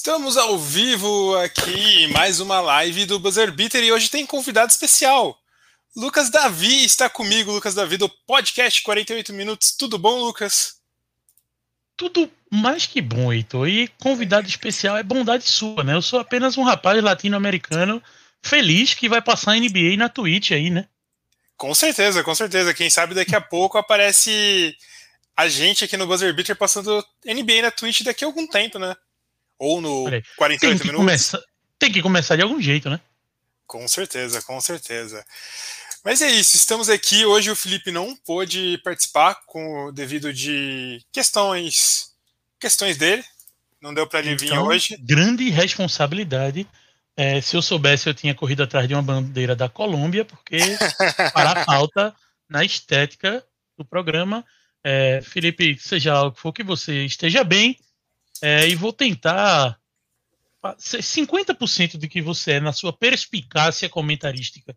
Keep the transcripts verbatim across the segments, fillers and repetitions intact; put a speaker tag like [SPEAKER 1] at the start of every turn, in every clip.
[SPEAKER 1] Estamos ao vivo aqui em mais uma live do Buzzer Beater e hoje tem convidado especial. Lucas Davi está comigo, Lucas Davi do podcast quarenta e oito minutos. Tudo bom, Lucas?
[SPEAKER 2] Tudo mais que bom, Heitor. E convidado especial é bondade sua, né? Eu sou apenas um rapaz latino-americano feliz que vai passar N B A na Twitch aí, né?
[SPEAKER 1] Com certeza, com certeza. Quem sabe daqui a pouco aparece a gente aqui no Buzzer Beater passando N B A na Twitch daqui a algum tempo, né? Ou no
[SPEAKER 2] Olha aí,
[SPEAKER 1] quarenta e
[SPEAKER 2] tem
[SPEAKER 1] oito
[SPEAKER 2] que
[SPEAKER 1] minutos.
[SPEAKER 2] começar, tem que começar de algum jeito, né?
[SPEAKER 1] Com certeza, com certeza. Mas é isso, estamos aqui. Hoje o Felipe não pôde participar com, devido de questões, questões dele. Não deu para ele vir
[SPEAKER 2] Então,
[SPEAKER 1] hoje.
[SPEAKER 2] grande responsabilidade. É, se eu soubesse, eu tinha corrido atrás de uma bandeira da Colômbia, porque fará falta na estética do programa. É, Felipe, seja lá o que for, que você esteja bem. É, e vou tentar ser cinquenta por cento do que você é na sua perspicácia comentarística.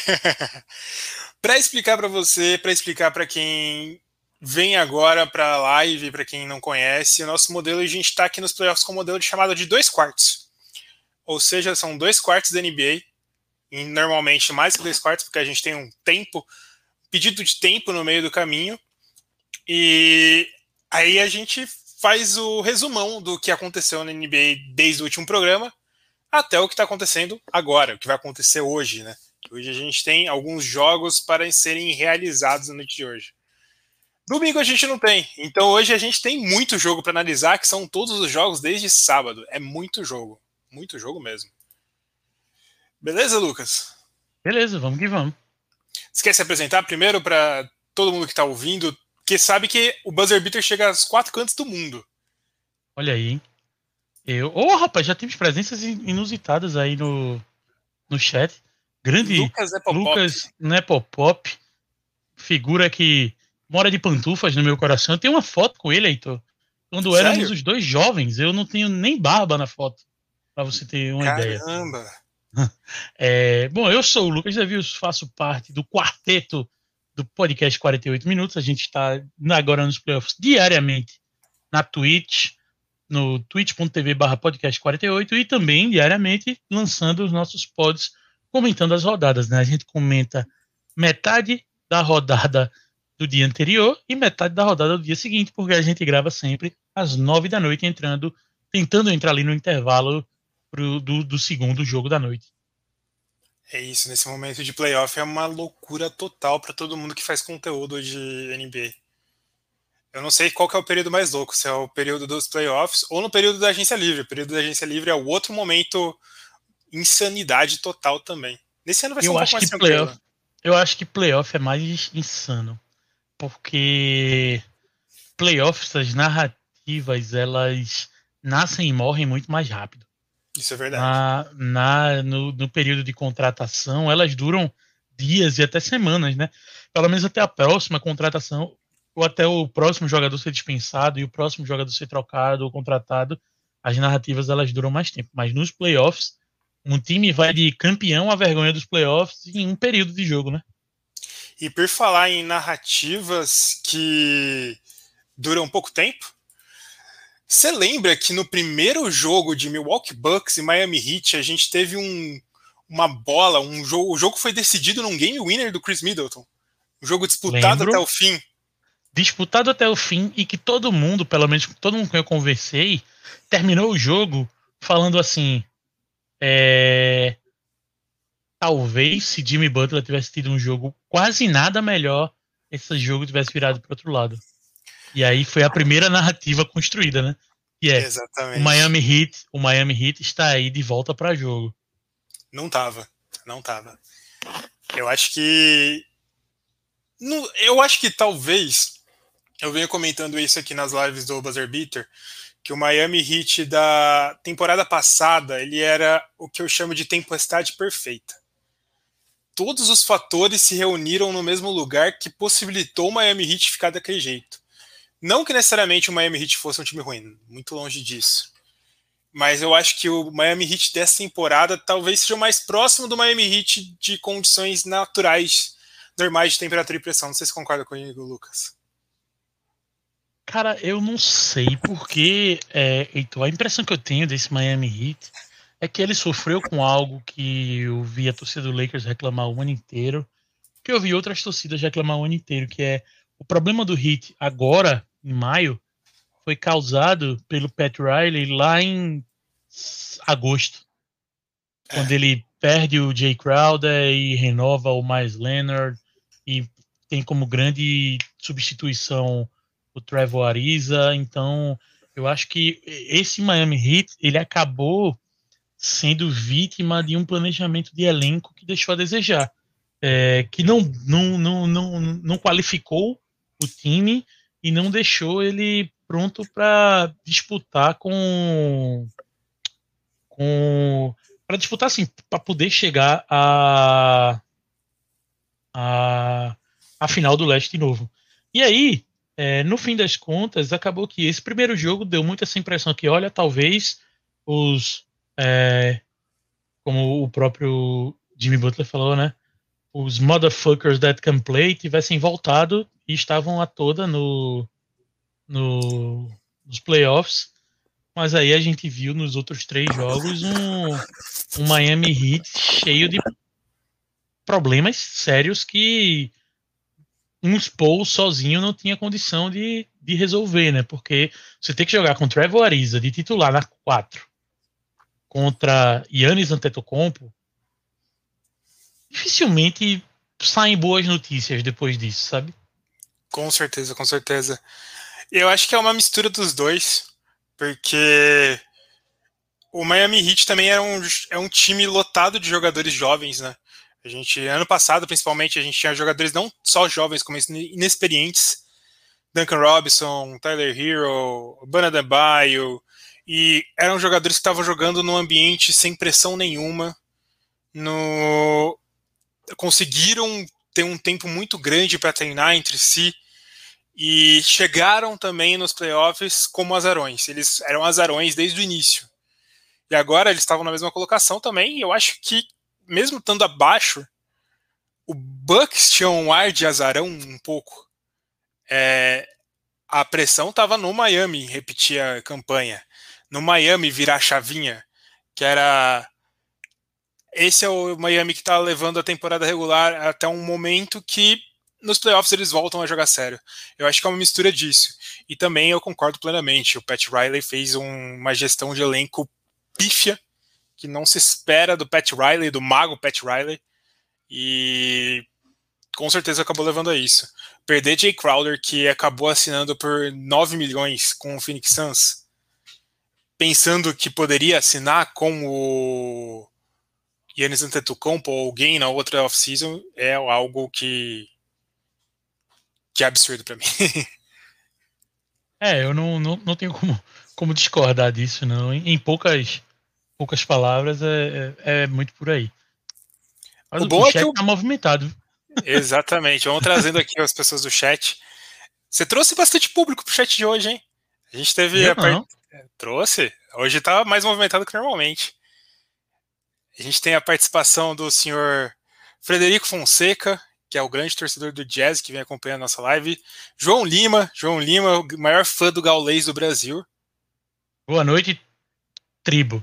[SPEAKER 1] Para explicar para você, para explicar para quem vem agora para a live, para quem não conhece, o nosso modelo, a gente está aqui nos playoffs com o modelo de chamada de dois quartos. Ou seja, são dois quartos da N B A, e normalmente mais que dois quartos, porque a gente tem um tempo, pedido de tempo no meio do caminho, e aí a gente faz o resumão do que aconteceu na N B A desde o último programa até o que está acontecendo agora, o que vai acontecer hoje, né? Hoje a gente tem alguns jogos para serem realizados na noite de hoje. Domingo a gente não tem, então hoje a gente tem muito jogo para analisar, que são todos os jogos desde sábado. É muito jogo, muito jogo mesmo. Beleza, Lucas?
[SPEAKER 2] Beleza, vamos que vamos.
[SPEAKER 1] Você quer se apresentar primeiro para todo mundo que está ouvindo, que sabe que o Buzzer Beater chega aos quatro cantos do mundo.
[SPEAKER 2] Olha aí, hein? Eu, ô, oh, rapaz, já tivemos presenças inusitadas aí no, no chat. Grande
[SPEAKER 1] Lucas Nepopop.
[SPEAKER 2] Lucas Nepopop, figura que mora de pantufas no meu coração. Eu tenho uma foto com ele, Heitor. Quando éramos
[SPEAKER 1] Sério?
[SPEAKER 2] os dois jovens, eu não tenho nem barba na foto, para você ter uma ideia.
[SPEAKER 1] Caramba!
[SPEAKER 2] É, bom, eu sou o Lucas Davius, faço parte do quarteto do podcast quarenta e oito minutos. A gente está agora nos playoffs diariamente na Twitch, no twitch ponto tv barra podcast quarenta e oito e também diariamente lançando os nossos pods, comentando as rodadas, né? A gente comenta metade da rodada do dia anterior e metade da rodada do dia seguinte, porque a gente grava sempre às nove da noite, entrando, tentando entrar ali no intervalo pro, do, do segundo jogo da noite.
[SPEAKER 1] É isso, nesse momento de playoff é uma loucura total para todo mundo que faz conteúdo de N B A. Eu não sei qual que é o período mais louco, se é o período dos playoffs ou no período da agência livre. O período da agência livre é o outro momento insanidade total também. Nesse ano vai ser
[SPEAKER 2] Eu
[SPEAKER 1] um pouco
[SPEAKER 2] acho
[SPEAKER 1] mais
[SPEAKER 2] que
[SPEAKER 1] tranquilo,
[SPEAKER 2] playoff,
[SPEAKER 1] né?
[SPEAKER 2] eu acho que playoff é mais insano, porque playoffs, as narrativas, elas nascem e morrem muito mais rápido.
[SPEAKER 1] Isso é verdade.
[SPEAKER 2] Na, na, no, no período de contratação, elas duram dias e até semanas, né? Pelo menos até a próxima contratação, ou até o próximo jogador ser dispensado e o próximo jogador ser trocado ou contratado, as narrativas elas duram mais tempo. Mas nos playoffs, um time vai de campeão à vergonha dos playoffs em um período de jogo, né?
[SPEAKER 1] E por falar em narrativas que duram pouco tempo, você lembra que no primeiro jogo de Milwaukee Bucks e Miami Heat a gente teve um, uma bola, um jogo, o jogo foi decidido num game winner do Chris Middleton. Um jogo disputado até
[SPEAKER 2] Lembro,
[SPEAKER 1] o fim.
[SPEAKER 2] disputado até o fim e que todo mundo, pelo menos todo mundo que eu conversei, terminou o jogo falando assim: é, talvez se Jimmy Butler tivesse tido um jogo quase nada melhor, esse jogo tivesse virado para outro lado. E aí foi a primeira narrativa construída, né? Que é o
[SPEAKER 1] Exatamente.
[SPEAKER 2] Miami Heat, o Miami Heat está aí de volta para jogo.
[SPEAKER 1] Não tava, não tava. Eu acho que eu acho que talvez eu venho comentando isso aqui nas lives do Buzzer Beater, que o Miami Heat da temporada passada, ele era o que eu chamo de tempestade perfeita. Todos os fatores se reuniram no mesmo lugar que possibilitou o Miami Heat ficar daquele jeito. Não que necessariamente o Miami Heat fosse um time ruim, muito longe disso. Mas eu acho que o Miami Heat dessa temporada talvez seja o mais próximo do Miami Heat de condições naturais, normais de temperatura e pressão. Não sei se você concorda comigo, Lucas.
[SPEAKER 2] Cara, eu não sei porque, é, Heitor, a impressão que eu tenho desse Miami Heat é que ele sofreu com algo que eu vi a torcida do Lakers reclamar o ano inteiro, que eu vi outras torcidas reclamar o ano inteiro, que é o problema do Heat agora, em maio, foi causado pelo Pat Riley lá em agosto, quando
[SPEAKER 1] É.
[SPEAKER 2] ele perde o Jay Crowder e renova o Myles Leonard e tem como grande substituição o Trevor Ariza. Então, eu acho que esse Miami Heat ele acabou sendo vítima de um planejamento de elenco que deixou a desejar, é, que não, não, não, não, não qualificou o time e não deixou ele pronto para disputar com com para disputar assim, para poder chegar a, a a final do leste de novo. E aí, é, no fim das contas, acabou que esse primeiro jogo deu muito essa impressão que, olha, talvez os é, como o próprio Jimmy Butler falou, né? Os motherfuckers that can play tivessem voltado e estavam a toda no, no nos playoffs. Mas aí a gente viu nos outros três jogos um, um Miami Heat cheio de problemas sérios que um Spurs sozinho não tinha condição de, de resolver, né? Porque você tem que jogar com Trevor Ariza de titular na quatro contra Giannis Antetokounmpo, dificilmente saem boas notícias depois disso, sabe?
[SPEAKER 1] Com certeza, com certeza. Eu acho que é uma mistura dos dois, porque o Miami Heat também é um, é um time lotado de jogadores jovens, né? A gente, ano passado, principalmente, a gente tinha jogadores não só jovens, como inexperientes. Duncan Robinson, Tyler Hero, Bam Adebayo, e eram jogadores que estavam jogando num ambiente sem pressão nenhuma. No... Conseguiram ter um tempo muito grande para treinar entre si e chegaram também nos playoffs como azarões. Eles eram azarões desde o início. E agora eles estavam na mesma colocação também, e eu acho que mesmo estando abaixo, o Bucks tinha um ar de azarão um pouco. É, a pressão estava no Miami repetir a campanha, no Miami virar a chavinha, que era... Esse é o Miami que está levando a temporada regular até um momento que nos playoffs eles voltam a jogar sério. Eu acho que é uma mistura disso. E também eu concordo plenamente, o Pat Riley fez um, uma gestão de elenco pífia, que não se espera do Pat Riley, do mago Pat Riley, e com certeza acabou levando a isso. Perder Jay Crowder, que acabou assinando por nove milhões com o Phoenix Suns, pensando que poderia assinar com o Giannis Antetokounmpo ou alguém na outra off-season, é algo que que é absurdo para mim.
[SPEAKER 2] É, eu não, não, não tenho como, como discordar disso, não. Em, em poucas poucas palavras, é, é, é muito por aí. Mas
[SPEAKER 1] O
[SPEAKER 2] o,
[SPEAKER 1] bom
[SPEAKER 2] o
[SPEAKER 1] é que
[SPEAKER 2] chat
[SPEAKER 1] o...
[SPEAKER 2] tá momentado.
[SPEAKER 1] Exatamente. Vamos trazendo aqui as pessoas do chat. Você trouxe bastante público pro chat de hoje, hein? A gente teve
[SPEAKER 2] Eu
[SPEAKER 1] a part...
[SPEAKER 2] não.
[SPEAKER 1] Trouxe. Hoje tá mais movimentado que normalmente. A gente tem a participação do senhor Frederico Fonseca, que é o grande torcedor do Jazz que vem acompanhando a nossa live. João Lima, João Lima, o maior fã do Gaulês do Brasil.
[SPEAKER 2] Boa noite, tribo.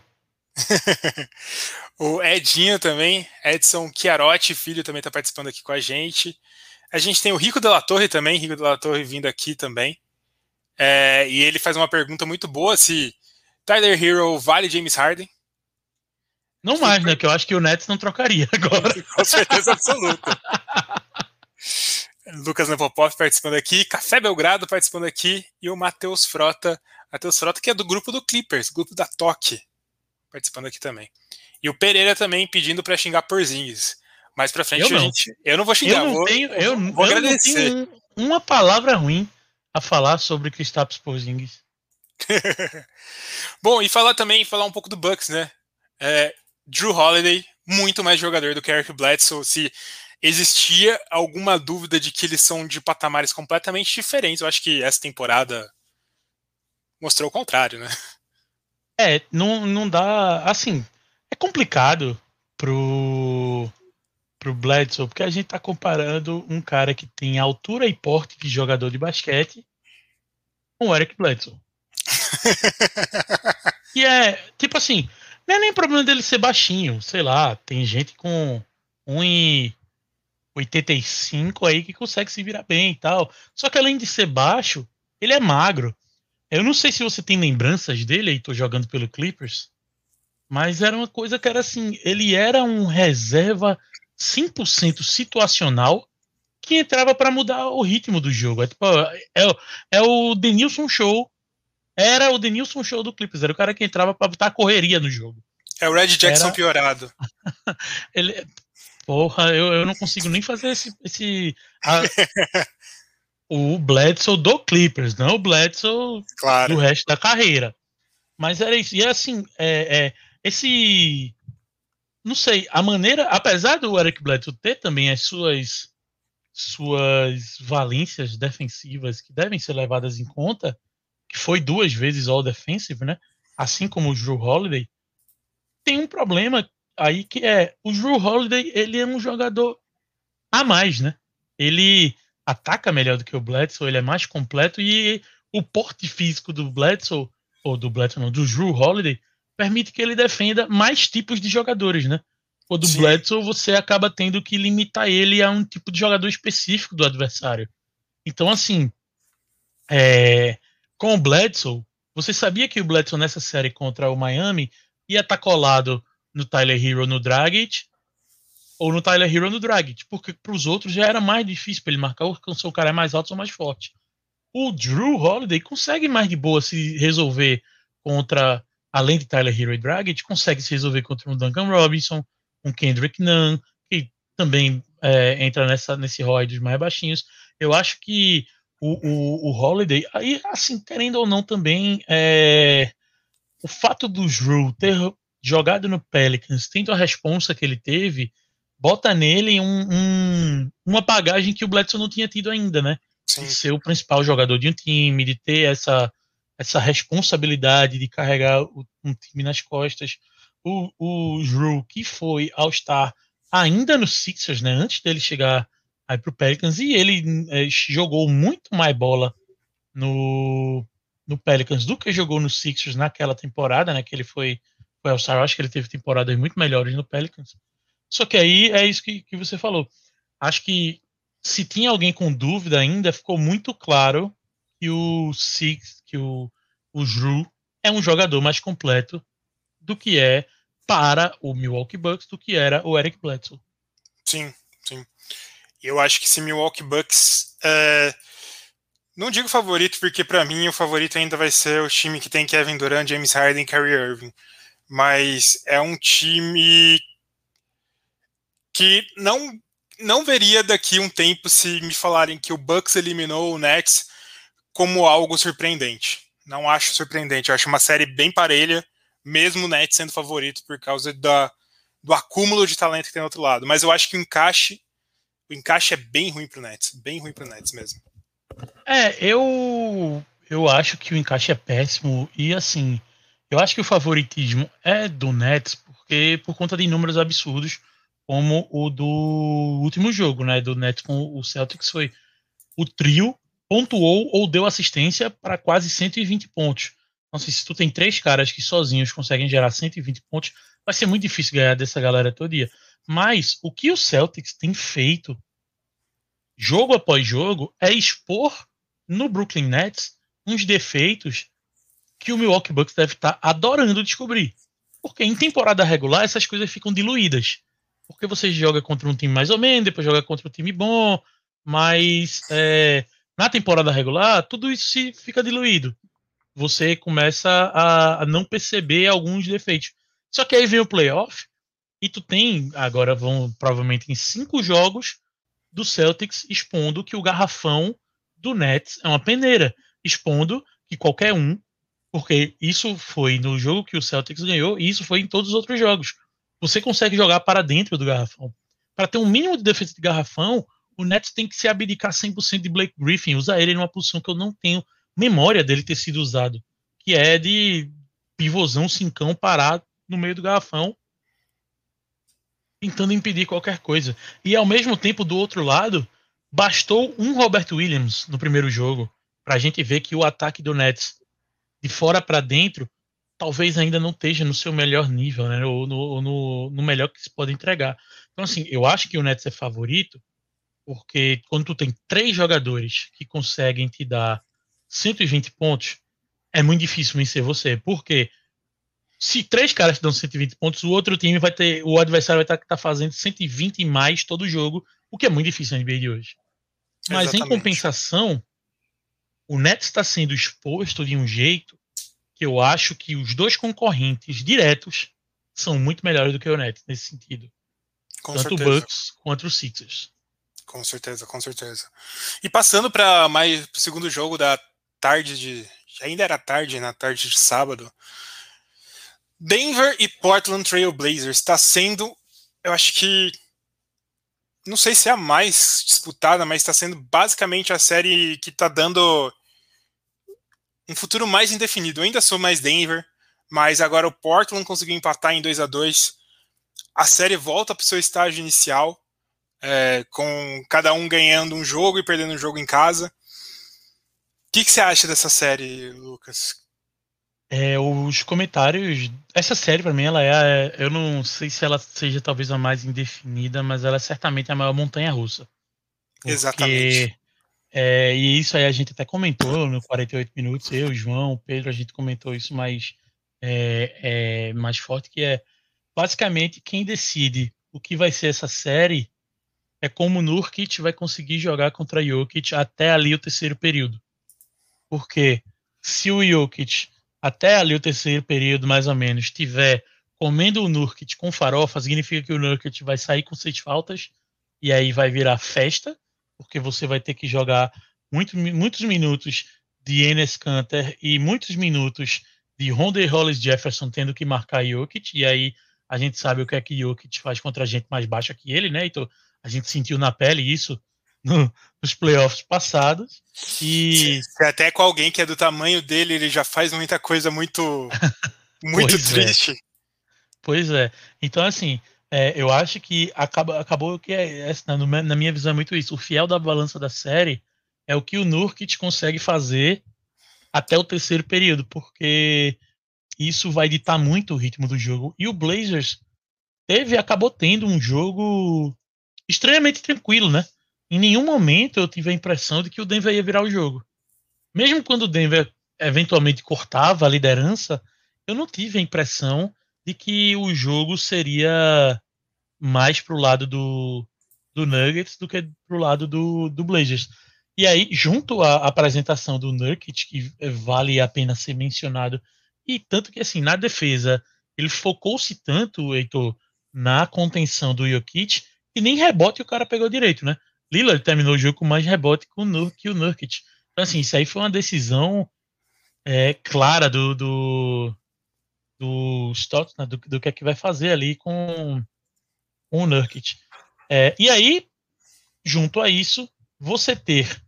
[SPEAKER 1] O Edinho também, Edson Chiarotti, filho, também está participando aqui com a gente. A gente tem o Rico de la Torre também, Rico de la Torre vindo aqui também. É, e ele faz uma pergunta muito boa, se Tyler Hero vale James Harden.
[SPEAKER 2] Não mais, né? Que eu acho que o Nets não trocaria agora.
[SPEAKER 1] Com certeza absoluta. Lucas Nepopov participando aqui, Café Belgrado participando aqui, e o Matheus Frota, Matheus Frota, que é do grupo do Clippers, grupo da T O C, participando aqui também. E o Pereira também pedindo para xingar Porzingis. Mais pra frente
[SPEAKER 2] eu
[SPEAKER 1] a
[SPEAKER 2] não.
[SPEAKER 1] gente. Eu não vou xingar,
[SPEAKER 2] Eu não
[SPEAKER 1] vou,
[SPEAKER 2] tenho, eu,
[SPEAKER 1] vou
[SPEAKER 2] eu
[SPEAKER 1] agradecer.
[SPEAKER 2] não tenho um, uma palavra ruim a falar sobre Kristaps Porzingis.
[SPEAKER 1] Bom, e falar também, falar um pouco do Bucks, né? É, Drew Holiday, muito mais jogador do que Eric Bledsoe. Se existia alguma dúvida de que eles são de patamares completamente diferentes, eu acho que essa temporada mostrou o contrário, né?
[SPEAKER 2] É, não, não dá. Assim, é complicado pro, pro Bledsoe, porque a gente tá comparando um cara que tem altura e porte de jogador de basquete com o Eric Bledsoe. E é, tipo assim, não é nem problema dele ser baixinho, sei lá, tem gente com um e oitenta e cinco aí que consegue se virar bem e tal. Só que além de ser baixo, ele é magro. Eu não sei se você tem lembranças dele aí, tô jogando pelo Clippers, mas era uma coisa que era assim, ele era um reserva cem por cento situacional que entrava para mudar o ritmo do jogo. É, tipo, é, é o Denilson Show. Era o Denilson Show do Clippers. Era o cara que entrava para botar correria no jogo.
[SPEAKER 1] É o Red Jackson
[SPEAKER 2] Era...
[SPEAKER 1] piorado.
[SPEAKER 2] ele... Porra, eu, eu não consigo nem fazer esse... esse a... o Bledsoe do Clippers, não o Bledsoe
[SPEAKER 1] claro.
[SPEAKER 2] do resto da carreira. Mas era isso. E é assim, é, é, esse... Não sei, a maneira... Apesar do Eric Bledsoe ter também as suas suas valências defensivas que devem ser levadas em conta, que foi duas vezes All Defensive, né? Assim como o Jrue Holiday, tem um problema aí que é o Jrue Holiday, ele é um jogador a mais, né? Ele ataca melhor do que o Bledsoe, ele é mais completo e o porte físico do Bledsoe, ou do Bledsoe não, do Jrue Holiday, permite que ele defenda mais tipos de jogadores, né? O do Sim. Bledsoe, você acaba tendo que limitar ele a um tipo de jogador específico do adversário. Então, assim, é, com o Bledsoe, você sabia que o Bledsoe nessa série contra o Miami ia estar colado no Tyler Hero, no Dragic, ou no Tyler Hero, no Dragic, porque para os outros já era mais difícil para ele marcar, se o cara é mais alto ou mais forte. O Jrue Holiday consegue mais de boa se resolver contra, além de Tyler Hero e Dragic, consegue se resolver contra o Duncan Robinson, um Kendrick Nunn, que também é, entra nessa, nesse rol dos mais baixinhos. Eu acho que o, o, o Holiday, aí, assim, querendo ou não também, é, o fato do Jrue ter jogado no Pelicans, tendo a responsa que ele teve, bota nele um, um, uma bagagem que o Bledsoe não tinha tido ainda, né? Sim. De ser o principal jogador de um time, de ter essa, essa responsabilidade de carregar o, um time nas costas. O, o Jrue, que foi All-Star ainda no Sixers, né, antes dele chegar aí pro Pelicans, e ele é, jogou muito mais bola no, no Pelicans do que jogou no Sixers naquela temporada, né, que ele foi, foi All-Star. Eu acho que ele teve temporadas muito melhores no Pelicans. Só que aí é isso que, que você falou. Acho que se tinha alguém com dúvida ainda, ficou muito claro que o Six, que o, o Jrue é um jogador mais completo do que é para o Milwaukee Bucks, do que era o Eric Bledsoe.
[SPEAKER 1] Sim, sim. Eu acho que esse Milwaukee Bucks, é... não digo favorito, porque para mim o favorito ainda vai ser o time que tem Kevin Durant, James Harden e Kyrie Irving. Mas é um time que não, não veria daqui um tempo se me falarem que o Bucks eliminou o Nets como algo surpreendente. Não acho surpreendente, eu acho uma série bem parelha, mesmo o Nets sendo favorito por causa da, do acúmulo de talento que tem do outro lado. Mas eu acho que o encaixe, o encaixe é bem ruim pro Nets, bem ruim pro Nets mesmo.
[SPEAKER 2] É, eu, eu acho que o encaixe é péssimo e assim, eu acho que o favoritismo é do Nets porque por conta de números absurdos, como o do último jogo, né, do Nets com o Celtics, foi o trio pontuou ou deu assistência para quase cento e vinte pontos. Então, assim, se tu tem três caras que sozinhos conseguem gerar cento e vinte pontos, vai ser muito difícil ganhar dessa galera todo dia. Mas o que o Celtics tem feito, jogo após jogo, é expor no Brooklyn Nets uns defeitos que o Milwaukee Bucks deve estar adorando descobrir. Porque em temporada regular essas coisas ficam diluídas. Porque você joga contra um time mais ou menos, depois joga contra um time bom, mas é, na temporada regular tudo isso se fica diluído. Você começa a, a não perceber alguns defeitos. Só que aí vem o playoff e tu tem, agora vão provavelmente em cinco jogos do Celtics expondo que o garrafão do Nets é uma peneira, expondo que qualquer um, porque isso foi no jogo que o Celtics ganhou e isso foi em todos os outros jogos. Você consegue jogar para dentro do garrafão. Para ter um mínimo de defesa de garrafão, o Nets tem que se abdicar cem por cento de Blake Griffin, usar ele numa posição que eu não tenho memória dele ter sido usado, que é de pivôzão, cincão, parado no meio do garrafão, tentando impedir qualquer coisa. E ao mesmo tempo, do outro lado, bastou um Robert Williams no primeiro jogo pra gente ver que o ataque do Nets de fora para dentro talvez ainda não esteja no seu melhor nível, né? Ou no, ou no, no melhor que se pode entregar. Então, assim, eu acho que o Nets é favorito, porque quando tu tem três jogadores que conseguem te dar cento e vinte pontos, é muito difícil vencer você. Porque se três caras te dão cento e vinte pontos, o outro time vai ter, o adversário vai estar tá fazendo cento e vinte e mais todo jogo, o que é muito difícil na N B A de hoje. Mas em
[SPEAKER 1] Exatamente.
[SPEAKER 2] compensação, o Nets está sendo exposto de um jeito que eu acho que os dois concorrentes diretos são muito melhores do que o Nets nesse sentido.
[SPEAKER 1] Com
[SPEAKER 2] Tanto o
[SPEAKER 1] certeza.
[SPEAKER 2] Bucks quanto o Sixers.
[SPEAKER 1] Com certeza, com certeza. E passando para mais pro segundo jogo da tarde de. Ainda era tarde, na tarde de sábado. Denver e Portland Trail Blazers está sendo, eu acho que, não sei se é a mais disputada, mas está sendo basicamente a série que está dando um futuro mais indefinido. Eu ainda sou mais Denver, mas agora o Portland conseguiu empatar em dois a dois. A série volta para o seu estágio inicial, é, com cada um ganhando um jogo e perdendo um jogo em casa. O que, que você acha dessa série, Lucas?
[SPEAKER 2] É, os comentários. Essa série, pra mim, ela é. Eu não sei se ela seja talvez a mais indefinida, mas ela é certamente a maior montanha russa.
[SPEAKER 1] Exatamente.
[SPEAKER 2] Porque. É, e isso aí a gente até comentou no quarenta e oito minutos, eu, João, o Pedro, a gente comentou isso mais, é, é, mais forte, que é basicamente quem decide o que vai ser essa série é como o Nurkic vai conseguir jogar contra Jokic até ali o terceiro período. Porque se o Jokic até ali o terceiro período, mais ou menos, tiver comendo o Nurkic com farofa, significa que o Nurkic vai sair com seis faltas e aí vai virar festa, porque você vai ter que jogar muito, muitos minutos de Enes Kanter e muitos minutos de Rondae Hollis Jefferson tendo que marcar Jokic, e aí a gente sabe o que é que Jokic faz contra gente mais baixa que ele, né? Então a gente sentiu na pele isso no, nos playoffs passados.
[SPEAKER 1] Se,
[SPEAKER 2] E
[SPEAKER 1] se até com alguém que é do tamanho dele, ele já faz muita coisa muito, muito
[SPEAKER 2] pois é,
[SPEAKER 1] triste.
[SPEAKER 2] pois é. Então, assim, é, eu acho que acaba, acabou que é, é, na, na minha visão é muito isso. O fiel da balança da série é o que o Nurkic consegue fazer até o terceiro período, porque isso vai ditar muito o ritmo do jogo. E o Blazers teve, acabou tendo um jogo extremamente tranquilo, né? Em nenhum momento eu tive a impressão de que o Denver ia virar o jogo. Mesmo quando o Denver eventualmente cortava a liderança, eu não tive a impressão de que o jogo seria mais pro lado do, do Nuggets do que pro lado do, do Blazers. E aí, junto à apresentação do Nurkic, que vale a pena ser mencionado, e tanto que, assim, na defesa, ele focou-se tanto, Heitor, na contenção do Jokic, que nem rebote o cara pegou direito, né? Lillard terminou o jogo com mais rebote que o, Nur, que o Nurkic. Então, assim, isso aí foi uma decisão é, clara do, do, do Stotts, né? do, do que é que vai fazer ali com, com o Nurkic. É, e aí, junto a isso, você ter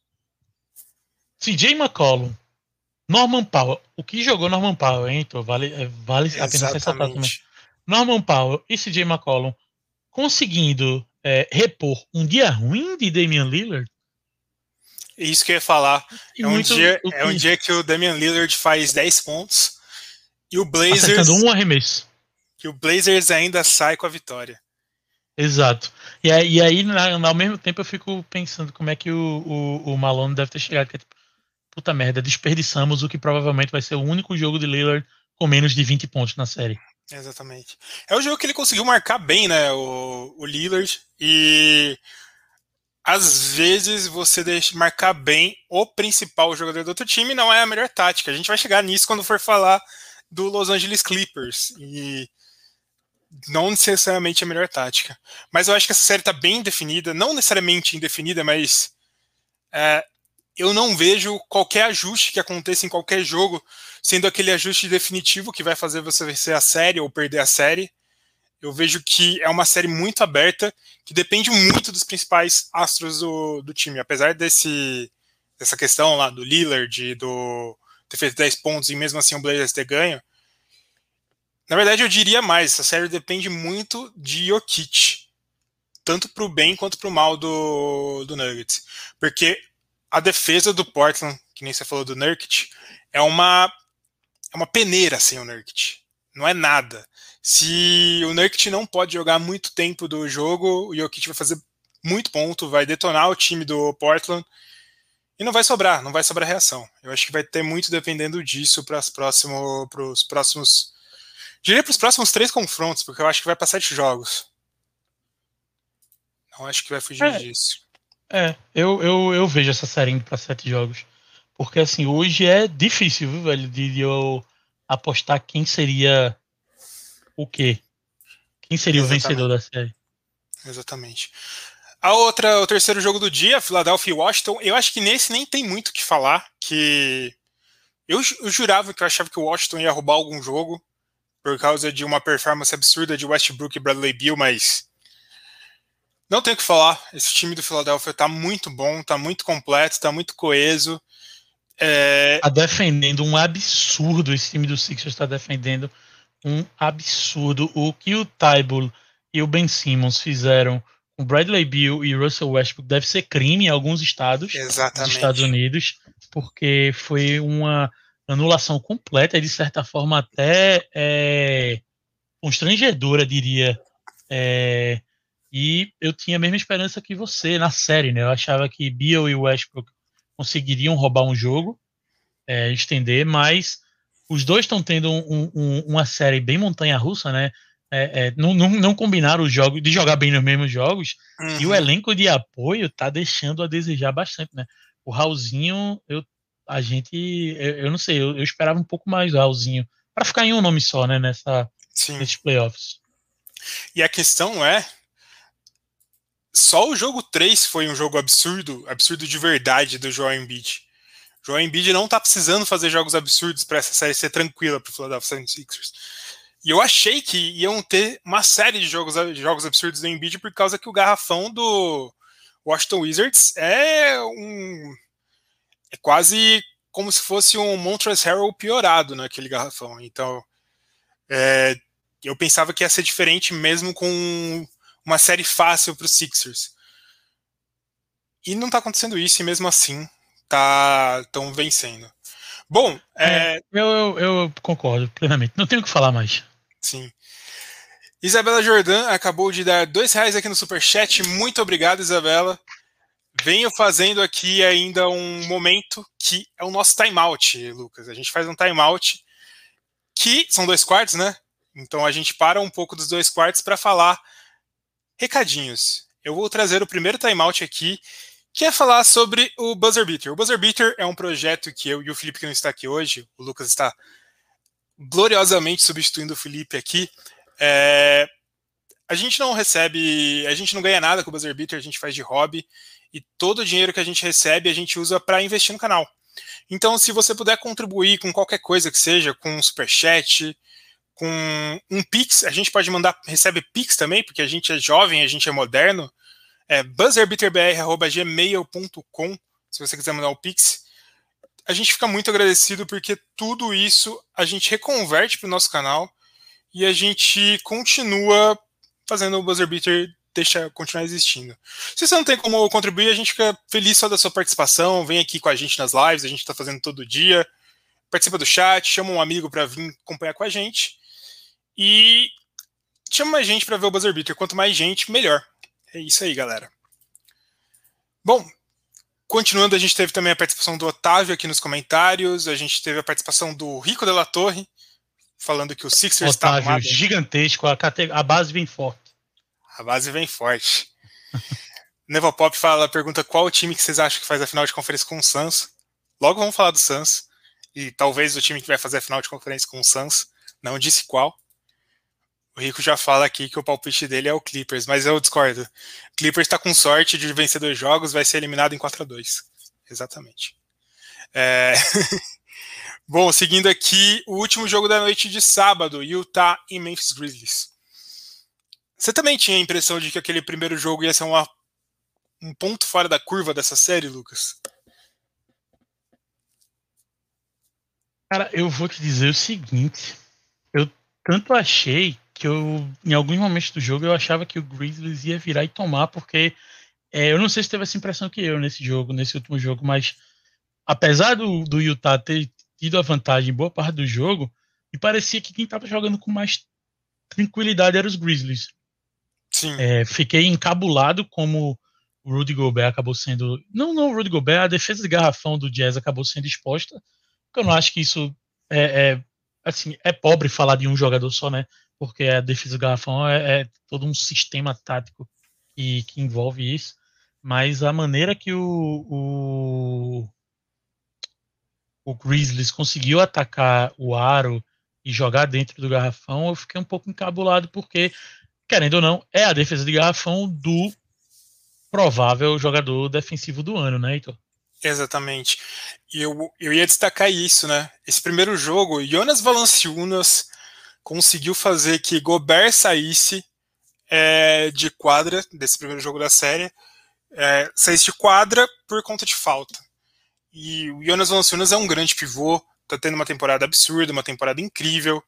[SPEAKER 2] C J McCollum, Norman Powell, o que jogou Norman Powell, hein? Então, vale, é, vale a pena ressaltar também.
[SPEAKER 1] Exatamente.
[SPEAKER 2] Norman Powell e C J McCollum conseguindo é, repor um dia ruim de Damian Lillard.
[SPEAKER 1] É isso que eu ia falar.
[SPEAKER 2] E
[SPEAKER 1] É um
[SPEAKER 2] muito
[SPEAKER 1] dia,
[SPEAKER 2] o
[SPEAKER 1] é um
[SPEAKER 2] que.
[SPEAKER 1] dia que o Damian Lillard faz dez pontos e o
[SPEAKER 2] Acertando
[SPEAKER 1] Blazers,
[SPEAKER 2] um arremesso.
[SPEAKER 1] que o Blazers ainda sai com a vitória.
[SPEAKER 2] Exato. E aí, e aí na, ao mesmo tempo, eu fico pensando como é que o, o, o Malone deve ter chegado. Que é tipo, puta merda, desperdiçamos o que provavelmente vai ser o único jogo de Lillard com menos de vinte pontos na série.
[SPEAKER 1] Exatamente. É o jogo que ele conseguiu marcar bem, né? O, o Lillard. E às vezes você deixa marcar bem o principal jogador do outro time não é a melhor tática. A gente vai chegar nisso quando for falar do Los Angeles Clippers. E não necessariamente a melhor tática. Mas eu acho que essa série está bem definida. Não necessariamente indefinida, mas é, eu não vejo qualquer ajuste que aconteça em qualquer jogo sendo aquele ajuste definitivo que vai fazer você vencer a série ou perder a série. Eu vejo que é uma série muito aberta, que depende muito dos principais astros do, do time. Apesar desse, dessa questão lá do Lillard, e do ter feito dez pontos e mesmo assim o Blazers ter ganho, na verdade eu diria mais, essa série depende muito de Jokic, tanto pro bem quanto pro mal do, do Nuggets. Porque a defesa do Portland, que nem você falou do Nurkic, é uma, é uma peneira sem o Nurkic. Não é nada. Se o Nurkic não pode jogar muito tempo do jogo, o Jokic vai fazer muito ponto, vai detonar o time do Portland e não vai sobrar, não vai sobrar reação. Eu acho que vai ter muito dependendo disso para os próximos, pros próximos, diria para os próximos três confrontos, porque eu acho que vai para sete jogos. Não acho que vai fugir
[SPEAKER 2] É,
[SPEAKER 1] disso.
[SPEAKER 2] é eu, eu, eu vejo essa série indo para sete jogos. Porque, assim, hoje é difícil, viu, velho, de, de eu apostar quem seria o quê? Quem seria
[SPEAKER 1] Exatamente.
[SPEAKER 2] o vencedor da série?
[SPEAKER 1] Exatamente. A outra, o terceiro jogo do dia, Philadelphia e Washington, eu acho que nesse nem tem muito o que falar, que eu, eu jurava que eu achava que o Washington ia roubar algum jogo, por causa de uma performance absurda de Westbrook e Bradley Beal, mas não tenho o que falar. Esse time do Philadelphia tá muito bom, tá muito completo, tá muito coeso. É...
[SPEAKER 2] Tá defendendo um absurdo, esse time do Sixers tá defendendo um absurdo. O que o Thybulle e o Ben Simmons fizeram com Bradley Beal e Russell Westbrook deve ser crime em alguns estados
[SPEAKER 1] Exatamente.
[SPEAKER 2] dos Estados Unidos, porque foi uma anulação completa e, de certa forma, até é, constrangedora, diria. É, e eu tinha a mesma esperança que você na série, né? Eu achava que Beal e Westbrook conseguiriam roubar um jogo, é, estender, mas os dois estão tendo um, um, uma série bem montanha-russa, né? É, é, não, não, não combinaram os jogos, de jogar bem nos mesmos jogos, uhum. E o elenco de apoio tá deixando a desejar bastante, né? O Raulzinho, eu, a gente, eu, eu não sei, eu, eu esperava um pouco mais do Raulzinho, para ficar em um nome só, né? Nessa, nesses playoffs.
[SPEAKER 1] E a questão é, só o jogo três foi um jogo absurdo, absurdo de verdade do Joel Embiid. Joel Embiid não tá precisando fazer jogos absurdos para essa série ser tranquila pro Philadelphia setenta e seis ers. E eu achei que iam ter uma série de jogos, de jogos absurdos do Embiid por causa que o garrafão do Washington Wizards é um é quase como se fosse um Montrezl Harrell piorado naquele garrafão. Então, é, eu pensava que ia ser diferente mesmo com uma série fácil para os Sixers. E não tá acontecendo isso, e mesmo assim tá tão vencendo. Bom, é...
[SPEAKER 2] É, eu, eu, eu concordo plenamente. Não tenho o que falar mais.
[SPEAKER 1] Sim. Isabela Jordan acabou de dar dois reais aqui no Superchat. Muito obrigado, Isabela. Venho fazendo aqui ainda um momento que é o nosso timeout, Lucas. A gente faz um timeout que são dois quartos, né? Então a gente para um pouco dos dois quartos para falar recadinhos. Eu vou trazer o primeiro timeout aqui, que é falar sobre o Buzzer Beater. O Buzzer Beater é um projeto que eu e o Felipe, que não está aqui hoje, o Lucas está gloriosamente substituindo o Felipe aqui. É, a gente não recebe, a gente não ganha nada com o Buzzer Beater, a gente faz de hobby, e todo o dinheiro que a gente recebe a gente usa para investir no canal. Então, se você puder contribuir com qualquer coisa que seja, com um superchat, com um Pix, a gente pode mandar, recebe Pix também, porque a gente é jovem, a gente é moderno, é buzzer beater b r arroba gmail ponto com, se você quiser mandar o Pix. A gente fica muito agradecido porque tudo isso a gente reconverte para o nosso canal e a gente continua fazendo o Buzzer Beater deixa continuar existindo. Se você não tem como contribuir, a gente fica feliz só da sua participação, vem aqui com a gente nas lives, a gente está fazendo todo dia, participa do chat, chama um amigo para vir acompanhar com a gente e chama mais gente para ver o Buzzer Beater. Quanto mais gente, melhor. É isso aí, galera. Bom, continuando, a gente teve também a participação do Otávio aqui nos comentários, a gente teve a participação do Rico de la Torre, falando que o Sixers está
[SPEAKER 2] arrumado. Otávio, gigantesco, a, cate... a base vem forte.
[SPEAKER 1] A base vem forte. Nevopop fala, pergunta qual o time que vocês acham que faz a final de conferência com o Suns. Logo vamos falar do Suns. E talvez o time que vai fazer a final de conferência com o Suns. Não disse qual. O Rico já fala aqui que o palpite dele é o Clippers, mas eu discordo. O Clippers está com sorte de vencer dois jogos, vai ser eliminado em quatro a dois. Exatamente. É... Bom, seguindo aqui, o último jogo da noite de sábado, Utah e Memphis Grizzlies. Você também tinha a impressão de que aquele primeiro jogo ia ser uma, um ponto fora da curva dessa série, Lucas?
[SPEAKER 2] Cara, eu vou te dizer o seguinte. Eu tanto achei que eu, em alguns momentos do jogo, eu achava que o Grizzlies ia virar e tomar, porque é, eu não sei se teve essa impressão que eu nesse jogo, nesse último jogo, mas apesar do, do Utah ter tido a vantagem em boa parte do jogo, me parecia que quem estava jogando com mais tranquilidade era os Grizzlies.
[SPEAKER 1] Sim.
[SPEAKER 2] É, fiquei encabulado como o Rudy Gobert acabou sendo. Não, não o Rudy Gobert, a defesa de garrafão do Jazz acabou sendo exposta. Porque eu não acho que isso é, é, assim, é pobre falar de um jogador só, né? Porque a defesa do garrafão é, é todo um sistema tático que, que envolve isso. Mas a maneira que o, o, o Grizzlies conseguiu atacar o aro e jogar dentro do garrafão, eu fiquei um pouco encabulado, porque, querendo ou não, é a defesa de garrafão do provável jogador defensivo do ano, né, Heitor?
[SPEAKER 1] Exatamente. E eu, eu ia destacar isso, né? Esse primeiro jogo, Jonas Valanciunas conseguiu fazer que Gobert saísse é, de quadra, desse primeiro jogo da série, é, saísse de quadra por conta de falta. E o Jonas Valanciunas é um grande pivô, tá tendo uma temporada absurda, uma temporada incrível.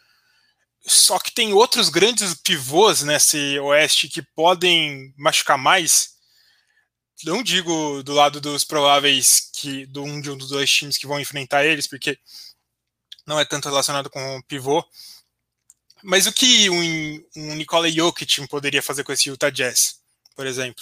[SPEAKER 1] Só que tem outros grandes pivôs nesse Oeste que podem machucar mais. Não digo do lado dos prováveis que do um de um dos dois times que vão enfrentar eles, porque não é tanto relacionado com o pivô. Mas o que um, um Nikola Jokic poderia fazer com esse Utah Jazz, por exemplo?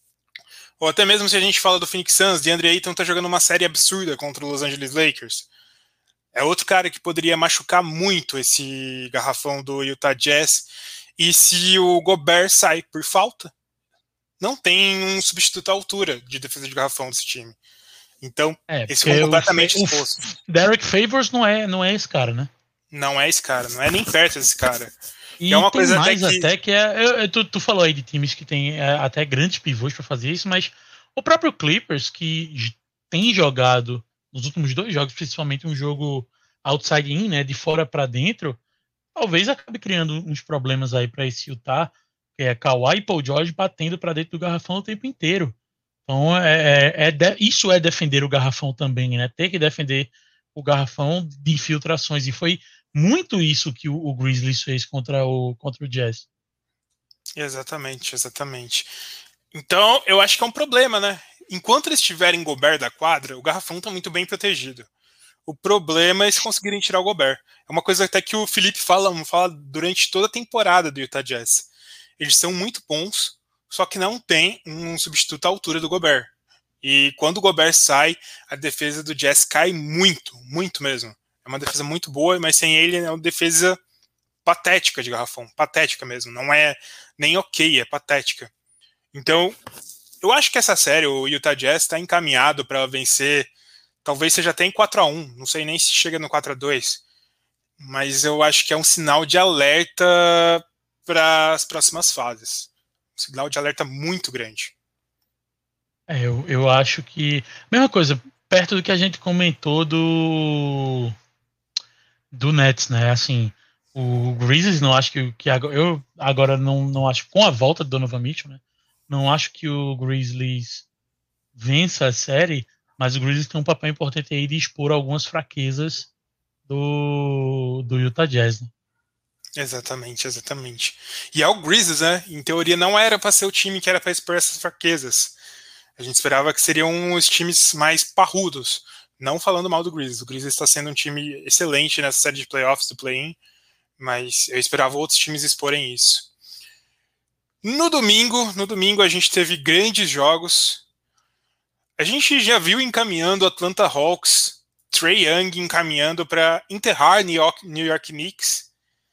[SPEAKER 1] Ou até mesmo se a gente fala do Phoenix Suns, DeAndre Ayton tá jogando uma série absurda contra o Los Angeles Lakers. É outro cara que poderia machucar muito esse garrafão do Utah Jazz. E se o Gobert sai por falta, não tem um substituto à altura de defesa de garrafão desse time. Então,
[SPEAKER 2] É,
[SPEAKER 1] eles
[SPEAKER 2] porque
[SPEAKER 1] ficam
[SPEAKER 2] o, Fa-
[SPEAKER 1] completamente
[SPEAKER 2] o F-
[SPEAKER 1] expostos.
[SPEAKER 2] Derek Favors não é, não é esse cara, né?
[SPEAKER 1] Não é esse cara, não é nem perto desse cara. E é
[SPEAKER 2] E
[SPEAKER 1] uma
[SPEAKER 2] tem
[SPEAKER 1] coisa até
[SPEAKER 2] mais
[SPEAKER 1] que.
[SPEAKER 2] até que é. Eu, eu- tu, tu falou aí de times que tem é, até grandes pivôs para fazer isso, mas o próprio Clippers, que j- tem jogado nos últimos dois jogos, principalmente um jogo outside in, né, de fora para dentro, talvez acabe criando uns problemas aí para esse Utah, que é Kawhi e Paul George batendo para dentro do garrafão o tempo inteiro. Então, é, é, é de- isso é defender o garrafão também, né? Ter que defender o garrafão de infiltrações. E foi muito isso que o, o Grizzlies fez contra o, contra o Jazz.
[SPEAKER 1] Exatamente, exatamente. Então, eu acho que é um problema, né? Enquanto eles tiverem Gobert da quadra, o garrafão tá muito bem protegido. O problema é se conseguirem tirar o Gobert. É uma coisa até que o Felipe fala, fala durante toda a temporada do Utah Jazz. Eles são muito bons, só que não tem um substituto à altura do Gobert. E quando o Gobert sai, a defesa do Jazz cai muito, muito mesmo. É uma defesa muito boa, mas sem ele é uma defesa patética de garrafão. Patética mesmo. Não é nem ok, é patética. Então, eu acho que essa série, o Utah Jazz, está encaminhado para vencer. Talvez seja até em quatro a um. Não sei nem se chega no quatro a dois. Mas eu acho que é um sinal de alerta para as próximas fases. Um sinal de alerta muito grande.
[SPEAKER 2] É, eu, eu acho que. Mesma coisa, perto do que a gente comentou do. Do Nets, né? Assim, o Grizzlies não acho que, que agora, eu agora não, não acho, com a volta do Donovan Mitchell, né? Não acho que o Grizzlies vença a série, mas o Grizzlies tem um papel importante aí de expor algumas fraquezas do, do Utah Jazz, né?
[SPEAKER 1] Exatamente, exatamente. E é o Grizzlies, né? Em teoria não era para ser o time que era para expor essas fraquezas. A gente esperava que seriam os times mais parrudos. Não falando mal do Grizzlies. O Grizzlies está sendo um time excelente nessa série de playoffs do play-in, mas eu esperava outros times exporem isso. No domingo, no domingo a gente teve grandes jogos. A gente já viu encaminhando Atlanta Hawks, Trae Young encaminhando para enterrar New York, New York Knicks.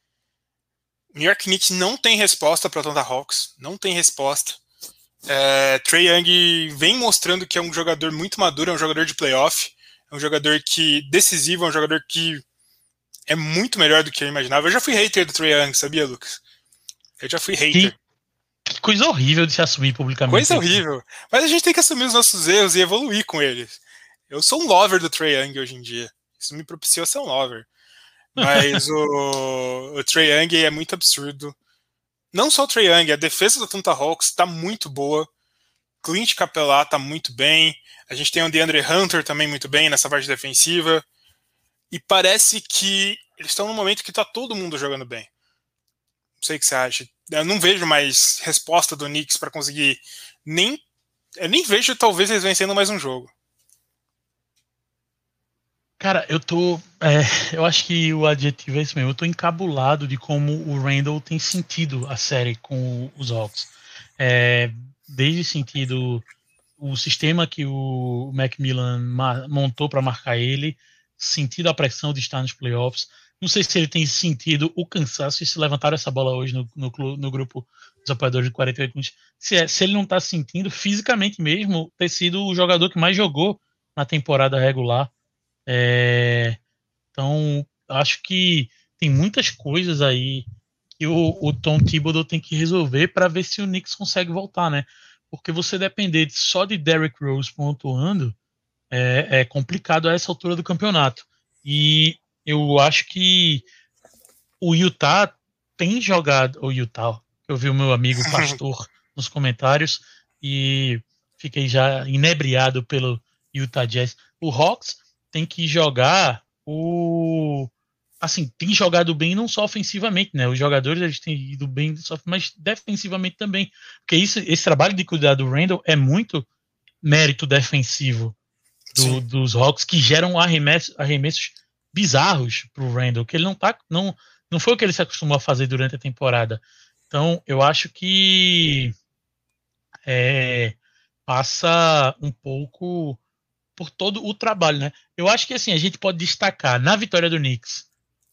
[SPEAKER 1] New York Knicks não tem resposta para Atlanta Hawks, não tem resposta. É, Trae Young vem mostrando que é um jogador muito maduro, é um jogador de playoff, é um jogador que decisivo, é um jogador que é muito melhor do que eu imaginava. Eu já fui hater do Trae Young, sabia, Lucas? Eu já fui hater.
[SPEAKER 2] Que, que coisa horrível de se assumir publicamente,
[SPEAKER 1] Coisa
[SPEAKER 2] Heitor.
[SPEAKER 1] horrível. Mas a gente tem que assumir os nossos erros e evoluir com eles. Eu sou um lover do Trae Young hoje em dia. Isso me propiciou ser um lover. Mas o, o Trae Young é muito absurdo. Não só o Trae Young, a defesa do Atlanta Hawks está muito boa. Clint Capela está muito bem. A gente tem o DeAndre Hunter também muito bem nessa parte defensiva. E parece que eles estão num momento que está todo mundo jogando bem. Não sei o que você acha. Eu não vejo mais resposta do Knicks para conseguir nem. Eu nem vejo talvez eles vencendo mais um jogo.
[SPEAKER 2] Cara, eu tô. É, eu acho que o adjetivo é esse mesmo. Eu tô encabulado de como o Randall tem sentido a série com os Hawks. É, desde sentido o sistema que o Macmillan ma- montou para marcar ele, sentido a pressão de estar nos playoffs. Não sei se ele tem sentido o cansaço e se levantaram essa bola hoje no, no, clu- no grupo dos apoiadores de quarenta e oito minutos. Se, é- se ele não tá sentindo fisicamente mesmo ter sido o jogador que mais jogou na temporada regular. É, então, acho que tem muitas coisas aí que o, o Tom Thibodeau tem que resolver para ver se o Knicks consegue voltar, né? Porque você depender só de Derrick Rose pontuando é, é complicado a essa altura do campeonato. E eu acho que o Utah tem jogado, o Utah, eu vi o meu amigo Pastor nos comentários e fiquei já inebriado pelo Utah Jazz. O Hawks tem que jogar o assim, tem jogado bem não só ofensivamente, né? Os jogadores eles têm ido bem, mas defensivamente também. Porque isso, esse trabalho de cuidar do Randall é muito mérito defensivo do,
[SPEAKER 1] Sim.
[SPEAKER 2] dos Hawks que geram arremessos, arremessos bizarros pro Randall, que ele não tá. Não, não foi o que ele se acostumou a fazer durante a temporada. Então, eu acho que é, passa um pouco por todo o trabalho, né? Eu acho que assim, a gente pode destacar na vitória do Knicks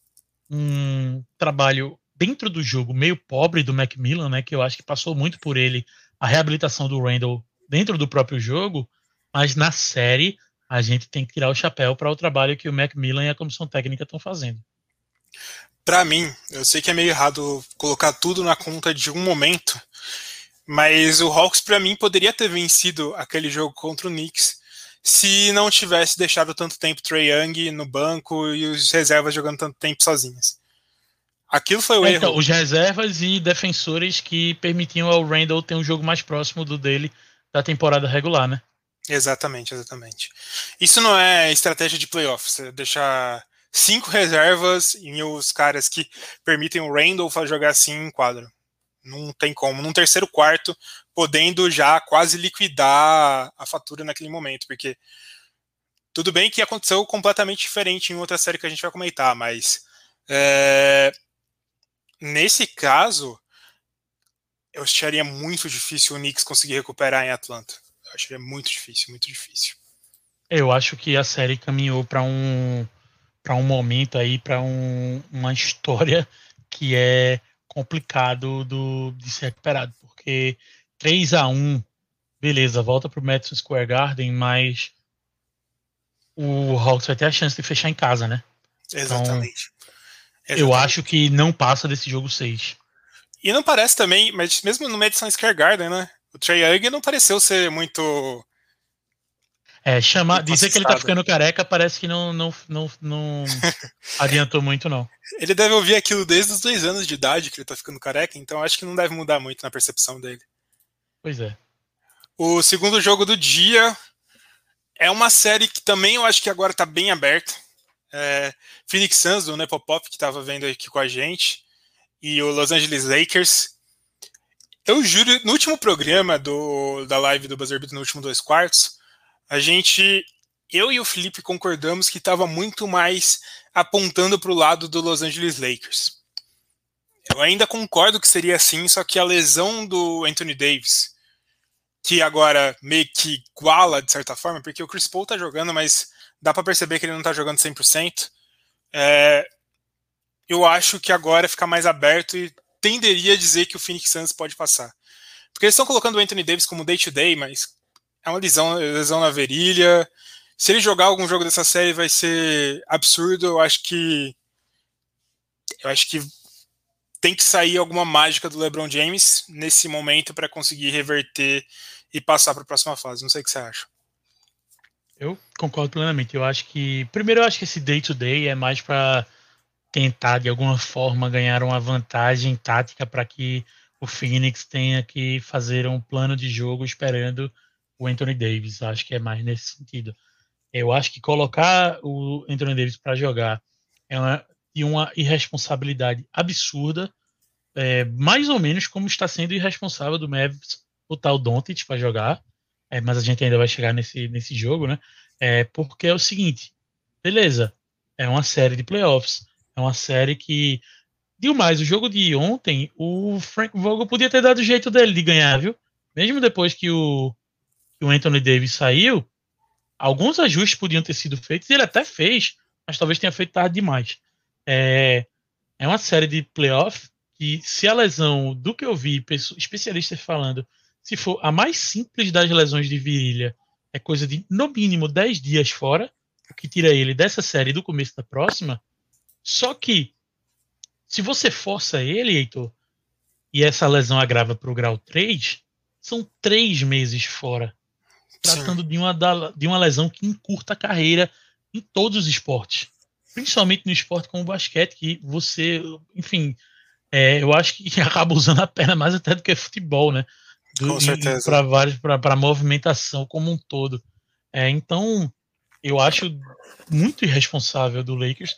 [SPEAKER 2] um trabalho dentro do jogo meio pobre do Macmillan, né? Que eu acho que passou muito por ele a reabilitação do Randall dentro do próprio jogo, mas na série a gente tem que tirar o chapéu para o trabalho que o Macmillan e a comissão técnica estão fazendo.
[SPEAKER 1] Para mim, eu sei que é meio errado colocar tudo na conta de um momento, mas o Hawks para mim poderia ter vencido aquele jogo contra o Knicks se não tivesse deixado tanto tempo Trae Young no banco e os reservas jogando tanto tempo sozinhas. Aquilo foi o
[SPEAKER 2] É, então,
[SPEAKER 1] erro.
[SPEAKER 2] os reservas e defensores que permitiam ao Randall ter um jogo mais próximo do dele da temporada regular, né?
[SPEAKER 1] Exatamente, exatamente. Isso não é estratégia de playoffs. Você deixar cinco reservas e os caras que permitem o Randall jogar assim em quadro. Não tem como. Num terceiro quarto, podendo já quase liquidar a fatura naquele momento, porque tudo bem que aconteceu completamente diferente em outra série que a gente vai comentar, mas é, nesse caso, eu acharia muito difícil o Knicks conseguir recuperar em Atlanta. Eu acharia muito difícil, muito difícil.
[SPEAKER 2] Eu acho que a série caminhou para um para um momento aí, para um, uma história que é complicado do, de ser recuperado, porque três a um, beleza, volta pro Madison Square Garden, mas o Hawks vai ter a chance de fechar em casa, né? Então,
[SPEAKER 1] Exatamente.
[SPEAKER 2] eu acho
[SPEAKER 1] Exatamente.
[SPEAKER 2] que não passa desse jogo seis.
[SPEAKER 1] E não parece também, mas mesmo no Madison Square Garden, né? O Trae Young não pareceu ser muito
[SPEAKER 2] É, chamar, dizer que ele tá
[SPEAKER 1] inconsistado.
[SPEAKER 2] ficando careca parece que não, não, não, não adiantou muito, não.
[SPEAKER 1] Ele deve ouvir aquilo desde os dois anos de idade que ele tá ficando careca, então acho que não deve mudar muito na percepção dele.
[SPEAKER 2] Pois é.
[SPEAKER 1] O segundo jogo do dia é uma série que também eu acho que agora tá bem aberta. É, Phoenix Suns, do Nepopop, que tava vendo aqui com a gente, e o Los Angeles Lakers. Eu juro, no último programa do, da live do Buzzer Beat, no último dois quartos, a gente, eu e o Felipe concordamos que estava muito mais apontando para o lado do Los Angeles Lakers. Eu ainda concordo que seria assim, só que a lesão do Anthony Davis, que agora meio que iguala de certa forma, porque o Chris Paul tá jogando, mas dá para perceber que ele não tá jogando cem por cento. É, eu acho que agora fica mais aberto e tenderia a dizer que o Phoenix Suns pode passar. Porque eles estão colocando o Anthony Davis como day-to-day, mas é uma lesão, lesão na virilha. Se ele jogar algum jogo dessa série vai ser absurdo. Eu acho que eu acho que tem que sair alguma mágica do LeBron James nesse momento para conseguir reverter e passar para a próxima fase. Não sei o que você acha.
[SPEAKER 2] Eu concordo plenamente. Eu acho que. Primeiro, eu acho que esse day-to-day é mais para tentar, de alguma forma, ganhar uma vantagem tática para que o Phoenix tenha que fazer um plano de jogo esperando o Anthony Davis. Acho que é mais nesse sentido. Eu acho que colocar o Anthony Davis para jogar é uma, de uma irresponsabilidade absurda, é, mais ou menos como está sendo irresponsável do Mavis o tal Doncic para jogar, é, mas a gente ainda vai chegar nesse, nesse jogo, né? É, porque é o seguinte, beleza, é uma série de playoffs, é uma série que, digo mais, o jogo de ontem, o Frank Vogel podia ter dado o jeito dele de ganhar, viu? Mesmo depois que o, que o Anthony Davis saiu, alguns ajustes podiam ter sido feitos, e ele até fez, mas talvez tenha feito tarde demais. É, é uma série de playoff que, se a lesão, do que eu vi, especialistas falando, se for a mais simples das lesões de virilha, é coisa de, no mínimo, dez dias fora, o que tira ele dessa série do começo da próxima. Só que, se você força ele, Heitor, e essa lesão agrava para o grau três, são três meses fora,
[SPEAKER 1] Sim.
[SPEAKER 2] tratando de uma, de uma lesão que encurta a carreira em todos os esportes. Principalmente no esporte como o basquete, que você, enfim, é, eu acho que acaba usando a perna mais até do que futebol, né?
[SPEAKER 1] Com certeza.
[SPEAKER 2] Para vários, para movimentação como um todo. É, então, eu acho muito irresponsável do Lakers.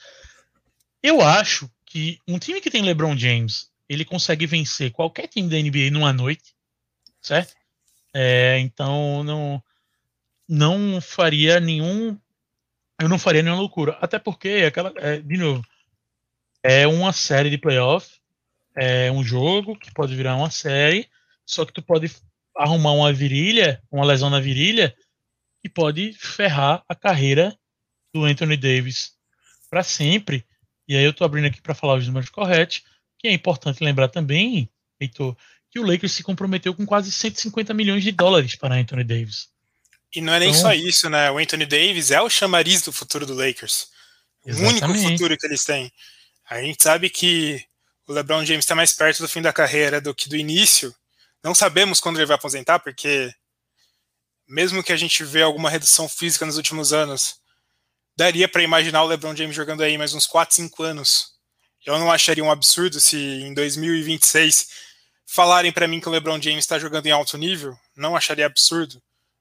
[SPEAKER 2] Eu acho que um time que tem LeBron James, ele consegue vencer qualquer time da N B A numa noite, certo? É, então, não, não faria nenhum. Eu não faria nenhuma loucura. Até porque, aquela, é, de novo, é uma série de playoff, é um jogo que pode virar uma série, só que tu pode arrumar uma virilha, uma lesão na virilha, que pode ferrar a carreira do Anthony Davis para sempre. E aí eu tô abrindo aqui para falar os números corretos, que é importante lembrar também, Heitor, que o Lakers se comprometeu com quase cento e cinquenta milhões de dólares para Anthony Davis.
[SPEAKER 1] E não é nem
[SPEAKER 2] Então,
[SPEAKER 1] só isso, né? O Anthony Davis é o chamariz do futuro do Lakers. O único
[SPEAKER 2] exatamente.
[SPEAKER 1] futuro que eles têm. A gente sabe que o LeBron James está mais perto do fim da carreira do que do início. Não sabemos quando ele vai aposentar, porque mesmo que a gente vê alguma redução física nos últimos anos, daria para imaginar o LeBron James jogando aí mais uns quatro, cinco anos. Eu não acharia um absurdo se em dois mil e vinte e seis falarem para mim que o LeBron James está jogando em alto nível. Não acharia absurdo.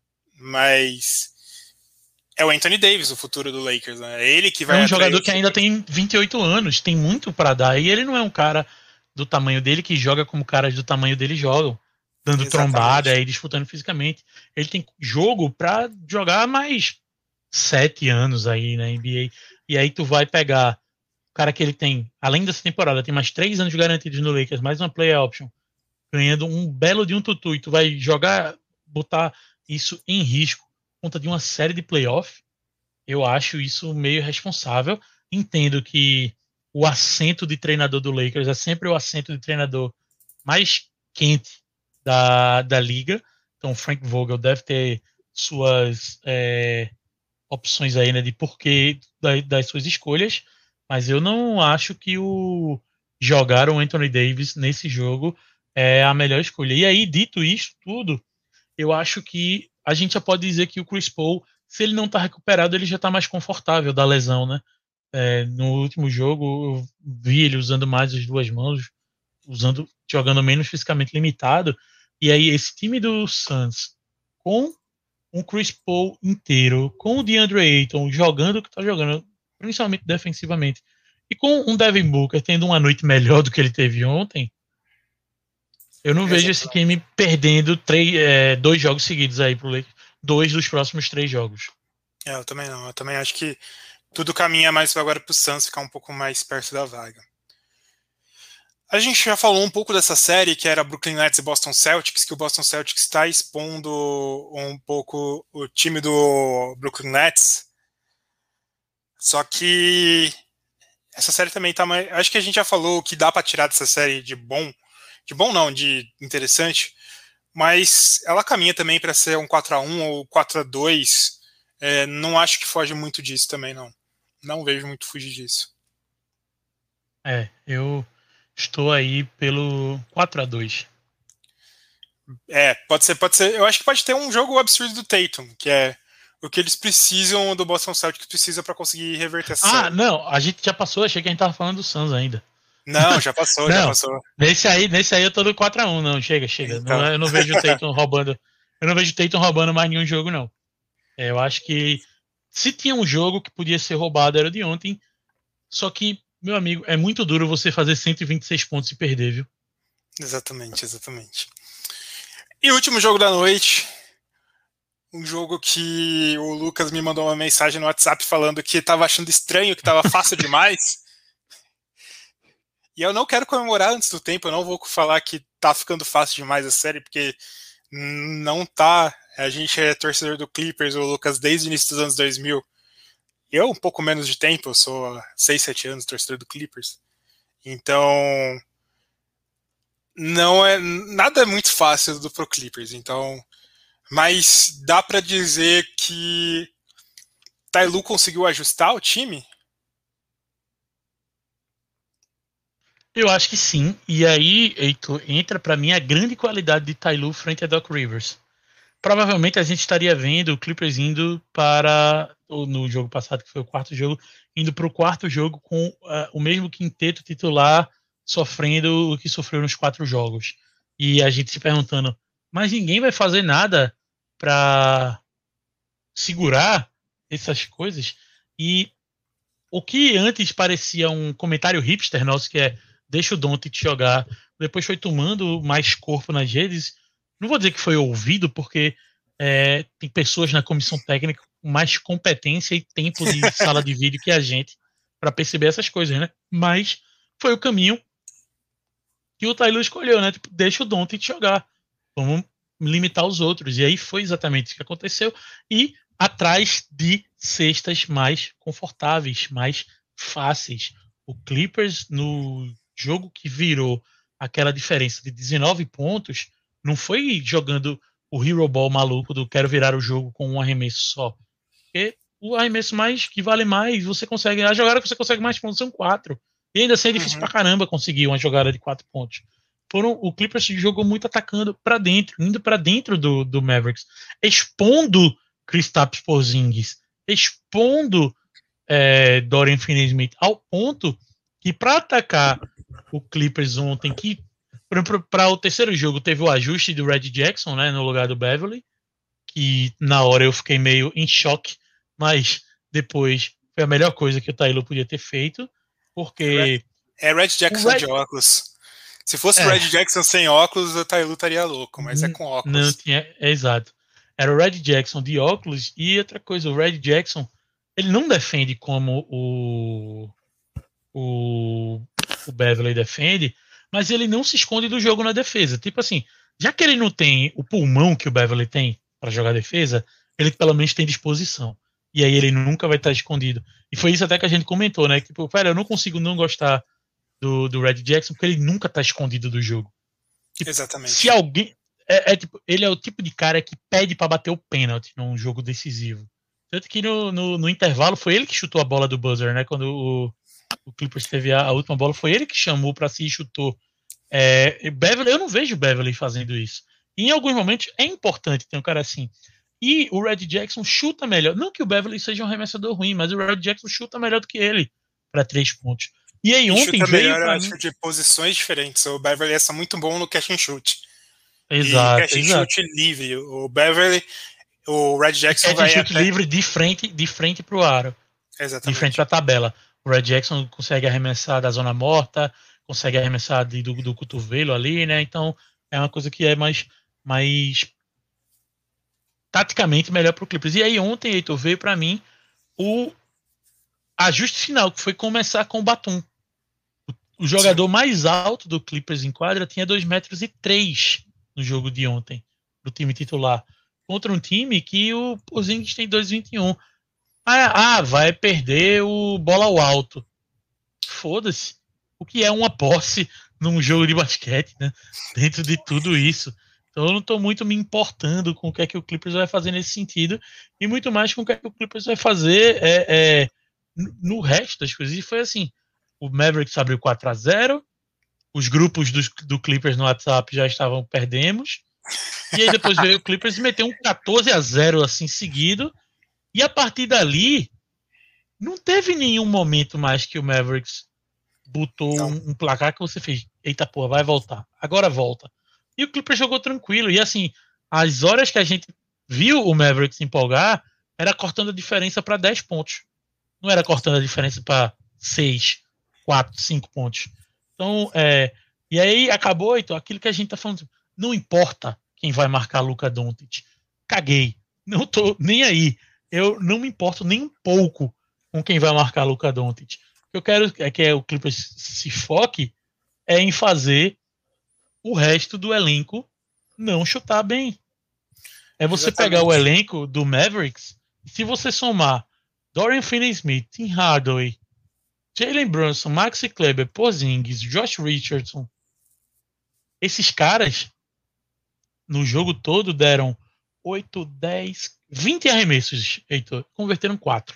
[SPEAKER 1] Mas é o Anthony Davis o futuro do Lakers, né? É ele que
[SPEAKER 2] É
[SPEAKER 1] vai
[SPEAKER 2] um
[SPEAKER 1] atrair
[SPEAKER 2] jogador
[SPEAKER 1] os
[SPEAKER 2] que ainda
[SPEAKER 1] jogadores.
[SPEAKER 2] tem vinte e oito anos, tem muito para dar. E ele não é um cara do tamanho dele que joga como caras do tamanho dele jogam, dando trombada
[SPEAKER 1] Exatamente.
[SPEAKER 2] e disputando fisicamente. Ele tem jogo para jogar mais sete anos aí na N B A. E aí tu vai pegar o cara que ele tem, além dessa temporada, tem mais três anos garantidos no Lakers, mais uma player option, ganhando um belo de um tutu, e tu vai jogar, botar isso em risco por conta de uma série de playoff. Eu acho isso meio responsável. Entendo que o assento de treinador do Lakers é sempre o assento de treinador mais quente da, da liga. Então, o Frank Vogel deve ter suas é, opções aí, né, de porquê das, das suas escolhas. Mas eu não acho que o jogar o Anthony Davis nesse jogo é a melhor escolha. E aí, dito isso tudo, eu acho que a gente já pode dizer que o Chris Paul, se ele não está recuperado, ele já está mais confortável da lesão, né? É, no último jogo, eu vi ele usando mais as duas mãos, usando, jogando menos fisicamente limitado. E aí, esse time do Suns, com um Chris Paul inteiro, com o DeAndre Ayton jogando o que está jogando, principalmente defensivamente, e com um Devin Booker tendo uma noite melhor do que ele teve ontem, eu não vejo esse
[SPEAKER 1] Exatamente.
[SPEAKER 2] time perdendo três, é, dois jogos seguidos aí pro Lakers. Dois dos próximos três jogos.
[SPEAKER 1] É, eu também não. Eu também acho que tudo caminha mais agora para o Suns ficar um pouco mais perto da vaga. A gente já falou um pouco dessa série, que era Brooklyn Nets e Boston Celtics, que o Boston Celtics está expondo um pouco o time do Brooklyn Nets. Só que essa série também tá mais... Acho que a gente já falou que dá para tirar dessa série de bom. De bom não, de interessante. Mas ela caminha também para ser um quatro a um ou quatro a dois. É, não acho que foge muito disso também, não. Não vejo muito fugir disso.
[SPEAKER 2] É, eu estou aí pelo quatro a dois.
[SPEAKER 1] É, pode ser, pode ser. Eu acho que pode ter um jogo absurdo do Tatum, que é o que eles precisam do Boston Celtics precisa para conseguir reverter essa
[SPEAKER 2] Ah,
[SPEAKER 1] série.
[SPEAKER 2] não, a gente já passou, achei que a gente tava falando do Suns ainda.
[SPEAKER 1] Não, já passou, já
[SPEAKER 2] Não,
[SPEAKER 1] passou.
[SPEAKER 2] nesse aí, nesse aí eu tô do quatro a um, não, chega, chega. Não,
[SPEAKER 1] Então,
[SPEAKER 2] eu não vejo o Tatum roubando, eu não vejo o Tatum roubando mais nenhum jogo, não. É, eu acho que se tinha um jogo que podia ser roubado era o de ontem, só que, meu amigo, é muito duro você fazer cento e vinte e seis pontos e perder, viu?
[SPEAKER 1] exatamente, exatamente. E o último jogo da noite, Um jogo que o Lucas me mandou uma mensagem no WhatsApp falando que tava achando estranho, que tava fácil demais. E eu não quero comemorar antes do tempo, eu não vou falar que tá ficando fácil demais a série, porque não tá. A gente é torcedor do Clippers, o Lucas, desde o início dos anos dois mil. Eu, um pouco menos de tempo, eu sou há seis, sete anos torcedor do Clippers. Então, não é nada muito fácil do pro Clippers. Então, mas dá para dizer que Ty Lue conseguiu ajustar o time?
[SPEAKER 2] Eu acho que sim. E aí, Heitor, entra para mim a grande qualidade de Ty Lue frente a Doc Rivers. Provavelmente a gente estaria vendo o Clippers indo para, ou no jogo passado, que foi o quarto jogo, indo para o quarto jogo com uh, o mesmo quinteto titular sofrendo o que sofreu nos quatro jogos. E a gente se perguntando, mas ninguém vai fazer nada para segurar essas coisas? E o que antes parecia um comentário hipster nosso, que é deixa o Doncic jogar, depois foi tomando mais corpo nas redes. Não vou dizer que foi ouvido, porque é, tem pessoas na comissão técnica com mais competência e tempo de sala de vídeo que a gente para perceber essas coisas, né? Mas foi o caminho que o Ty Lue escolheu, né? Tipo, deixa o Doncic jogar, vamos limitar os outros. E aí foi exatamente isso que aconteceu. E atrás de cestas mais confortáveis, mais fáceis. O Clippers, no jogo que virou aquela diferença de dezenove pontos, não foi jogando o hero ball maluco do quero virar o jogo com um arremesso só. Porque o arremesso mais que vale mais, você consegue. A jogada que você consegue mais pontos são quatro. E ainda assim é difícil uhum. pra caramba conseguir uma jogada de quatro pontos. Foram, o Clippers jogou muito atacando para dentro, indo para dentro do, do Mavericks, expondo Kristaps Porzingis, expondo é, Dorian Finney-Smith, ao ponto que para atacar o Clippers ontem, que para o terceiro jogo teve o ajuste do Red Jackson, né, no lugar do Beverly, que na hora eu fiquei meio em choque, mas depois foi a melhor coisa que o Ty Lue podia ter feito, porque...
[SPEAKER 1] É Red Jackson Red... de óculos. Se fosse o é. Red Jackson sem óculos, o Ty Lue estaria louco, mas é com óculos.
[SPEAKER 2] Não tinha, é, exato. Era o Red Jackson de óculos, e outra coisa, o Red Jackson, ele não defende como o, o, o Beverly defende, mas ele não se esconde do jogo na defesa. Tipo assim, já que ele não tem o pulmão que o Beverly tem para jogar defesa, ele pelo menos tem disposição. E aí ele nunca vai estar escondido. E foi isso até que a gente comentou, né? Tipo, pera, eu não consigo não gostar do, do Red Jackson, porque ele nunca tá escondido do jogo. Tipo,
[SPEAKER 1] exatamente.
[SPEAKER 2] Se alguém... É, é, tipo, ele é o tipo de cara que pede para bater o pênalti num jogo decisivo. Tanto que no, no, no intervalo foi ele que chutou a bola do buzzer, né? Quando o, o Clippers teve a, a última bola, foi ele que chamou para si e chutou. É, Beverly, eu não vejo o Beverly fazendo isso. E em alguns momentos é importante ter um cara assim. E o Red Jackson chuta melhor. Não que o Beverly seja um arremessador ruim, mas o Red Jackson chuta melhor do que ele para três pontos. E aí
[SPEAKER 1] e
[SPEAKER 2] ontem
[SPEAKER 1] chuta
[SPEAKER 2] veio
[SPEAKER 1] melhor,
[SPEAKER 2] pra
[SPEAKER 1] acho,
[SPEAKER 2] mim...
[SPEAKER 1] de posições diferentes. O Beverly é muito bom no catch and shoot.
[SPEAKER 2] Exato,
[SPEAKER 1] e catch and
[SPEAKER 2] exato.
[SPEAKER 1] shoot livre. O Beverly, o Red Jackson
[SPEAKER 2] catch
[SPEAKER 1] vai
[SPEAKER 2] and shoot
[SPEAKER 1] até...
[SPEAKER 2] livre de frente, de frente pro aro.
[SPEAKER 1] Exatamente.
[SPEAKER 2] De frente pra tabela. O Red Jackson consegue arremessar da zona morta, consegue arremessar de, do, do cotovelo ali, né? Então é uma coisa que é mais, mais taticamente melhor pro Clippers. E aí ontem, Heitor, veio pra mim o ajuste final, que foi começar com o Batum. O jogador Sim. mais alto do Clippers em quadra tinha dois metros e três no jogo de ontem, do time titular. Contra um time que o Porzingis tem dois vinte e um. Ah, ah, vai perder o bola ao alto. Foda-se. O que é uma posse num jogo de basquete, né? Dentro de tudo isso. Então eu não estou muito me importando com o que é que o Clippers vai fazer nesse sentido, e muito mais com o que é que o Clippers vai fazer é, é, no resto das coisas. E foi assim, o Mavericks abriu quatro a zero, os grupos do, do Clippers no WhatsApp já estavam perdemos, e aí depois veio o Clippers e meteu um quatorze a zero assim seguido, e a partir dali não teve nenhum momento mais que o Mavericks botou um, um placar que você fez, eita porra, vai voltar, agora volta. E o Clippers jogou tranquilo. E assim, as horas que a gente viu o Mavericks se empolgar, era cortando a diferença para dez pontos. Não era cortando a diferença para seis, quatro, cinco pontos. Então, é, e aí acabou, então, aquilo que a gente tá falando. Não importa quem vai marcar Luka Doncic. Caguei. não tô nem aí. Eu não me importo nem um pouco com quem vai marcar Luka Doncic. O que eu quero é que o Clippers se foque é em fazer o resto do elenco não chutar bem. É você
[SPEAKER 1] Exatamente.
[SPEAKER 2] pegar o elenco do Mavericks, se você somar Dorian Finney-Smith, Tim Hardaway, Jalen Brunson, Maxi Kleber, Porzingis, Josh Richardson, esses caras no jogo todo deram oito, dez, vinte arremessos, Heitor. Converteram quatro.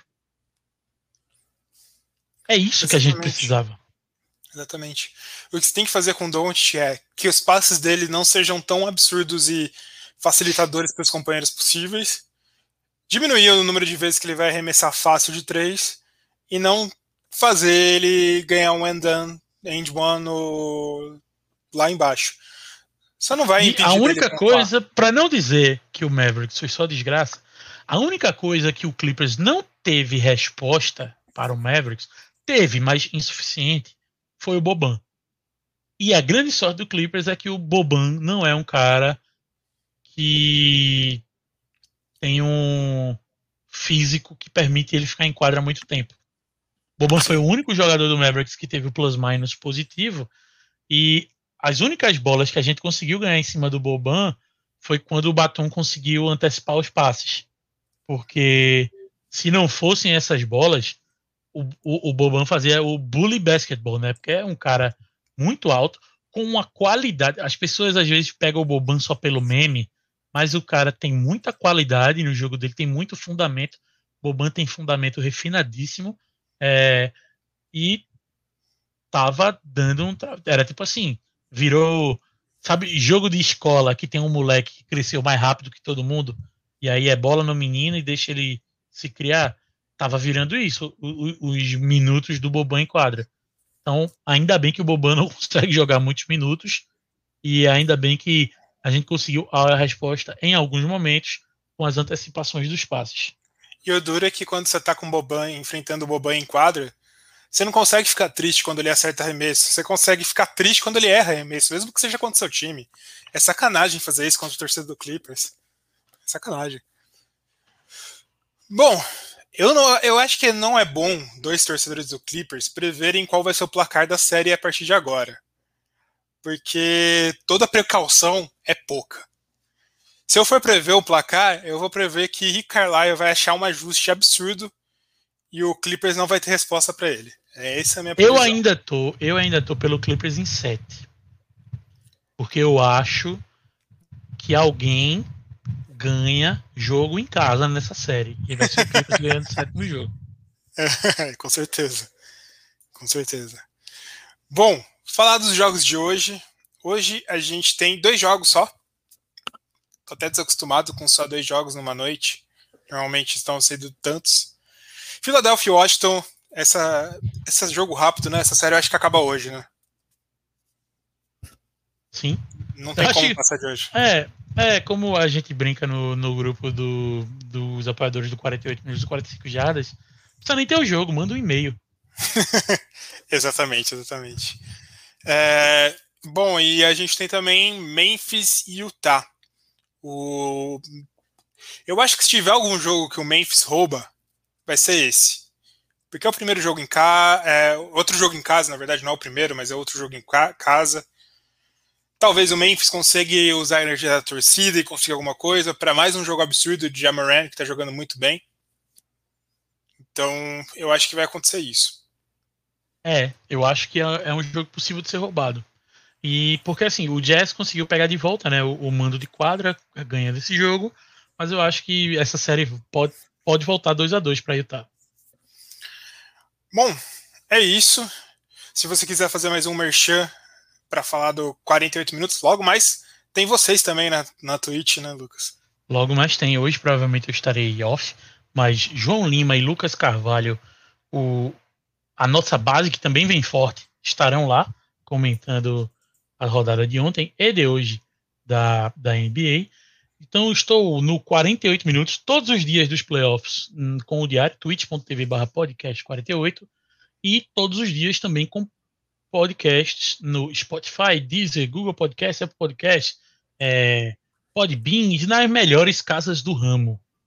[SPEAKER 2] É isso que a gente precisava.
[SPEAKER 1] Exatamente. O que você tem que fazer com o Doncic é que os passes dele não sejam tão absurdos e facilitadores para os companheiros possíveis, diminuir o número de vezes que ele vai arremessar fácil de três e não fazer ele ganhar um end done, end one no... lá embaixo. Só não vai
[SPEAKER 2] e
[SPEAKER 1] impedir
[SPEAKER 2] a única
[SPEAKER 1] dele
[SPEAKER 2] coisa, para não dizer que o Mavericks foi só desgraça, a única coisa que o Clippers não teve resposta para o Mavericks, teve, mas insuficiente, foi o Boban. E a grande sorte do Clippers é que o Boban não é um cara que tem um físico que permite ele ficar em quadra há muito tempo. Boban foi o único jogador do Mavericks que teve o plus-minus positivo e as únicas bolas que a gente conseguiu ganhar em cima do Boban foi quando o Batum conseguiu antecipar os passes. Porque se não fossem essas bolas, o, o, o Boban fazia o bully basketball, né? Porque é um cara muito alto, com uma qualidade. As pessoas às vezes pegam o Boban só pelo meme, mas o cara tem muita qualidade no jogo dele, tem muito fundamento. O Boban tem fundamento refinadíssimo. É, e tava dando um. Tra... Era tipo assim, virou. Sabe, jogo de escola que tem um moleque que cresceu mais rápido que todo mundo, e aí é bola no menino e deixa ele se criar. Tava virando isso, os, os minutos do Boban em quadra. Então, ainda bem que o Boban não consegue jogar muitos minutos, e ainda bem que a gente conseguiu a resposta em alguns momentos com as antecipações dos passes.
[SPEAKER 1] E o duro é que quando você tá com o Boban, enfrentando o Boban em quadra, você não consegue ficar triste quando ele acerta arremesso. Você consegue ficar triste quando ele erra arremesso, mesmo que seja contra o seu time. É sacanagem fazer isso contra o torcedor do Clippers. É sacanagem. Bom, eu, não, eu acho que não é bom dois torcedores do Clippers preverem qual vai ser o placar da série a partir de agora. Porque toda precaução é pouca. Se eu for prever o placar, eu vou prever que Rick Carlisle vai achar um ajuste absurdo e o Clippers não vai ter resposta para ele. Essa é a minha previsão.
[SPEAKER 2] Eu ainda tô, eu ainda tô pelo Clippers em sete. Porque eu acho que alguém ganha jogo em casa nessa série. E vai ser o Clippers ganhando o sétimo jogo.
[SPEAKER 1] É, com certeza. Com certeza. Bom, falar dos jogos de hoje. Hoje a gente tem dois jogos só. Tô até desacostumado com só dois jogos numa noite. Normalmente estão sendo tantos. Philadelphia e Washington, essa, esse jogo rápido, né? Essa série eu acho que acaba hoje, né?
[SPEAKER 2] Sim.
[SPEAKER 1] Não tem
[SPEAKER 2] eu
[SPEAKER 1] como
[SPEAKER 2] acho,
[SPEAKER 1] passar de hoje.
[SPEAKER 2] É, é como a gente brinca no, no grupo do, dos apoiadores do quarenta e oito minutos e quarenta e cinco jardas. Não precisa nem ter o jogo, manda um e-mail.
[SPEAKER 1] Exatamente, exatamente. É, bom, e a gente tem também Memphis e Utah. O... Eu acho que se tiver algum jogo que o Memphis rouba, vai ser esse. Porque é o primeiro jogo em casa, é outro jogo em casa, na verdade não é o primeiro, mas é outro jogo em ca- casa. Talvez o Memphis consiga usar a energia da torcida e consiga alguma coisa para mais um jogo absurdo de Ja Morant, que está jogando muito bem. Então, eu acho que vai acontecer isso.
[SPEAKER 2] É, eu acho que é, é um jogo possível de ser roubado. E porque assim, o Jazz conseguiu pegar de volta, né, o, o mando de quadra, ganha desse jogo, mas eu acho que essa série pode, pode voltar dois a dois para Utah.
[SPEAKER 1] Bom, é isso. Se você quiser fazer mais um merchan para falar do quarenta e oito minutos, logo mais tem vocês também na, na Twitch, né, Lucas?
[SPEAKER 2] Logo mais tem. Hoje provavelmente eu estarei off, mas João Lima e Lucas Carvalho, o, a nossa base, que também vem forte, estarão lá comentando a rodada de ontem e de hoje da, da N B A. Então estou no quarenta e oito minutos, todos os dias dos playoffs, com o diário, twitch.tv barra podcast quarenta e oito, e todos os dias também com podcasts no Spotify, Deezer, Google Podcast, Apple Podcast, é, Podbean, nas melhores casas do ramo.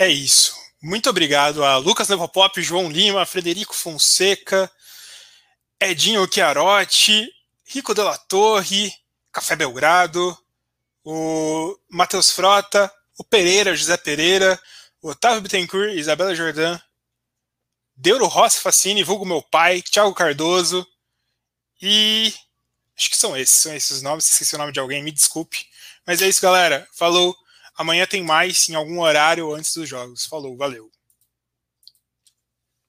[SPEAKER 1] É isso. Muito obrigado a Lucas Nepopop, João Lima, Frederico Fonseca, Edinho Chiarotti, Rico Della Torre, Café Belgrado, o Matheus Frota, o Pereira, José Pereira, o Otávio Bittencourt, Isabela Jordan, Deuro Rossi Facini, vulgo meu pai, Thiago Cardoso, e acho que são esses, são esses os nomes. Se esqueci o nome de alguém, me desculpe. Mas é isso, galera. Falou. Amanhã tem mais em algum horário antes dos jogos. Falou, valeu.